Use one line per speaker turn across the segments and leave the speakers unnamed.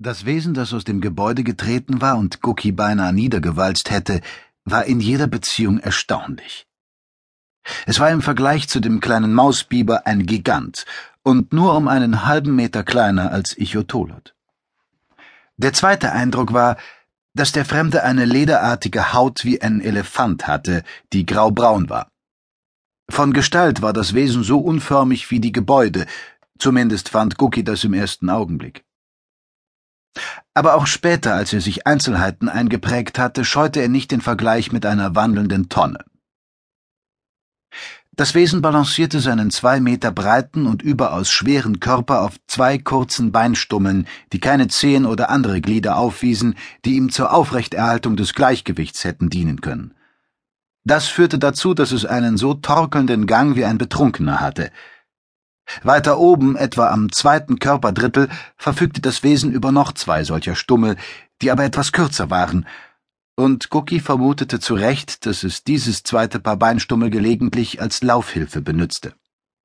Das Wesen, das aus dem Gebäude getreten war und Gucki beinahe niedergewalzt hätte, war in jeder Beziehung erstaunlich. Es war im Vergleich zu dem kleinen Mausbiber ein Gigant und nur um einen halben Meter kleiner als Ichotolot. Der zweite Eindruck war, dass der Fremde eine lederartige Haut wie ein Elefant hatte, die graubraun war. Von Gestalt war das Wesen so unförmig wie die Gebäude, zumindest fand Gucki das im ersten Augenblick. Aber auch später, als er sich Einzelheiten eingeprägt hatte, scheute er nicht den Vergleich mit einer wandelnden Tonne. Das Wesen balancierte seinen 2 Meter breiten und überaus schweren Körper auf 2 kurzen Beinstummeln, die keine Zehen oder andere Glieder aufwiesen, die ihm zur Aufrechterhaltung des Gleichgewichts hätten dienen können. Das führte dazu, dass es einen so torkelnden Gang wie ein Betrunkener hatte. Weiter oben, etwa am 2. Körperdrittel, verfügte das Wesen über noch 2 solcher Stummel, die aber etwas kürzer waren, und Gucki vermutete zu Recht, dass es dieses 2. Paar Beinstummel gelegentlich als Laufhilfe benützte.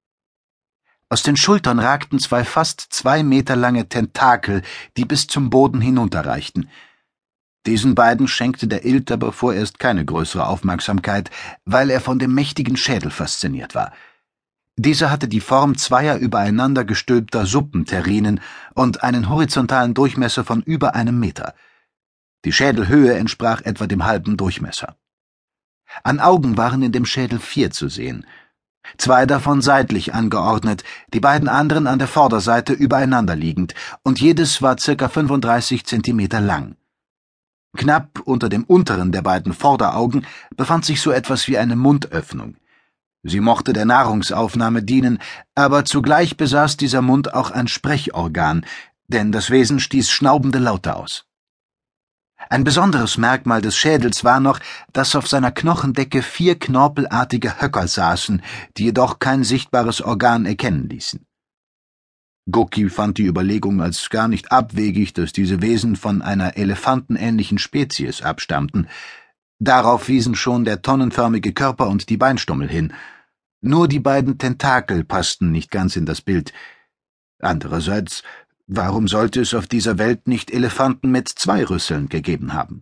Aus den Schultern ragten 2 fast 2 Meter lange Tentakel, die bis zum Boden hinunterreichten. Diesen beiden schenkte der Ilt aber vorerst keine größere Aufmerksamkeit, weil er von dem mächtigen Schädel fasziniert war. Dieser hatte die Form 2 übereinander gestülpter Suppenterrinen und einen horizontalen Durchmesser von über 1 Meter. Die Schädelhöhe entsprach etwa dem halben Durchmesser. An Augen waren in dem Schädel 4 zu sehen. 2 davon seitlich angeordnet, die beiden anderen an der Vorderseite übereinander liegend, und jedes war ca. 35 Zentimeter lang. Knapp unter dem unteren der beiden Vorderaugen befand sich so etwas wie eine Mundöffnung. Sie mochte der Nahrungsaufnahme dienen, aber zugleich besaß dieser Mund auch ein Sprechorgan, denn das Wesen stieß schnaubende Laute aus. Ein besonderes Merkmal des Schädels war noch, dass auf seiner Knochendecke 4 knorpelartige Höcker saßen, die jedoch kein sichtbares Organ erkennen ließen. Gucki fand die Überlegung als gar nicht abwegig, dass diese Wesen von einer elefantenähnlichen Spezies abstammten. Darauf wiesen schon der tonnenförmige Körper und die Beinstummel hin. Nur die beiden Tentakel passten nicht ganz in das Bild. Andererseits, warum sollte es auf dieser Welt nicht Elefanten mit 2 Rüsseln gegeben haben?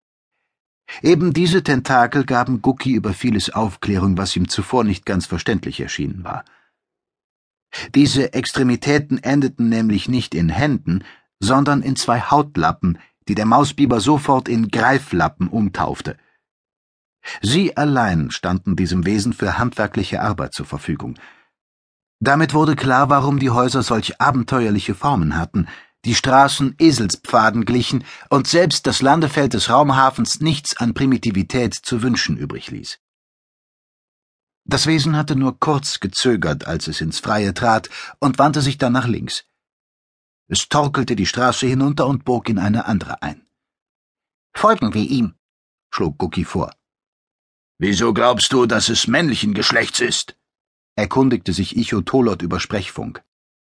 Eben diese Tentakel gaben Gucki über vieles Aufklärung, was ihm zuvor nicht ganz verständlich erschienen war. Diese Extremitäten endeten nämlich nicht in Händen, sondern in 2 Hautlappen, die der Mausbiber sofort in Greiflappen umtaufte. Sie allein standen diesem Wesen für handwerkliche Arbeit zur Verfügung. Damit wurde klar, warum die Häuser solch abenteuerliche Formen hatten, die Straßen Eselspfaden glichen und selbst das Landefeld des Raumhafens nichts an Primitivität zu wünschen übrig ließ. Das Wesen hatte nur kurz gezögert, als es ins Freie trat, und wandte sich dann nach links. Es torkelte die Straße hinunter und bog in eine andere ein. »Folgen wir ihm«, schlug Gucki vor. »Wieso glaubst du, dass es männlichen Geschlechts ist?« erkundigte sich Ichotolot über Sprechfunk.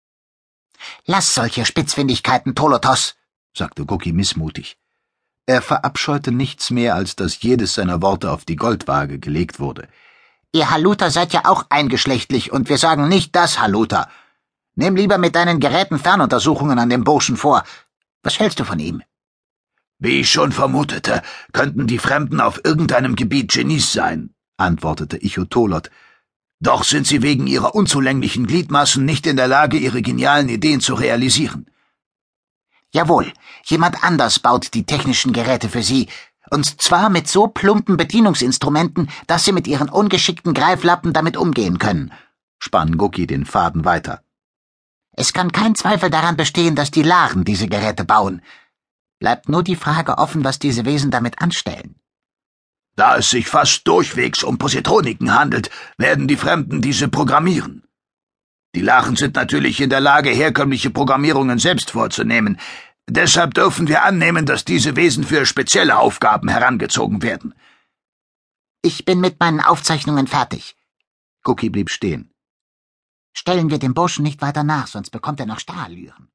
»Lass solche Spitzfindigkeiten, Tolotos«, sagte Gucki missmutig. Er verabscheute nichts mehr, als dass jedes seiner Worte auf die Goldwaage gelegt wurde. »Ihr Haluter seid ja auch eingeschlechtlich, und wir sagen nicht das Haluter. Nimm lieber mit deinen Geräten Fernuntersuchungen an dem Burschen vor. Was hältst du von ihm?« »Wie ich schon vermutete, könnten die Fremden auf irgendeinem Gebiet Genies sein«, antwortete Ichotolot. »Doch sind sie wegen ihrer unzulänglichen Gliedmaßen nicht in der Lage, ihre genialen Ideen zu realisieren.« »Jawohl, jemand anders baut die technischen Geräte für sie, und zwar mit so plumpen Bedienungsinstrumenten, dass sie mit ihren ungeschickten Greiflappen damit umgehen können«, spann Gucki den Faden weiter. »Es kann kein Zweifel daran bestehen, dass die Laren diese Geräte bauen. Bleibt nur die Frage offen, was diese Wesen damit anstellen.« »Da es sich fast durchwegs um Positroniken handelt, werden die Fremden diese programmieren. Die Laren sind natürlich in der Lage, herkömmliche Programmierungen selbst vorzunehmen. Deshalb dürfen wir annehmen, dass diese Wesen für spezielle Aufgaben herangezogen werden.« »Ich bin mit meinen Aufzeichnungen fertig.« Gucki blieb stehen. »Stellen wir dem Burschen nicht weiter nach, sonst bekommt er noch Starallüren.«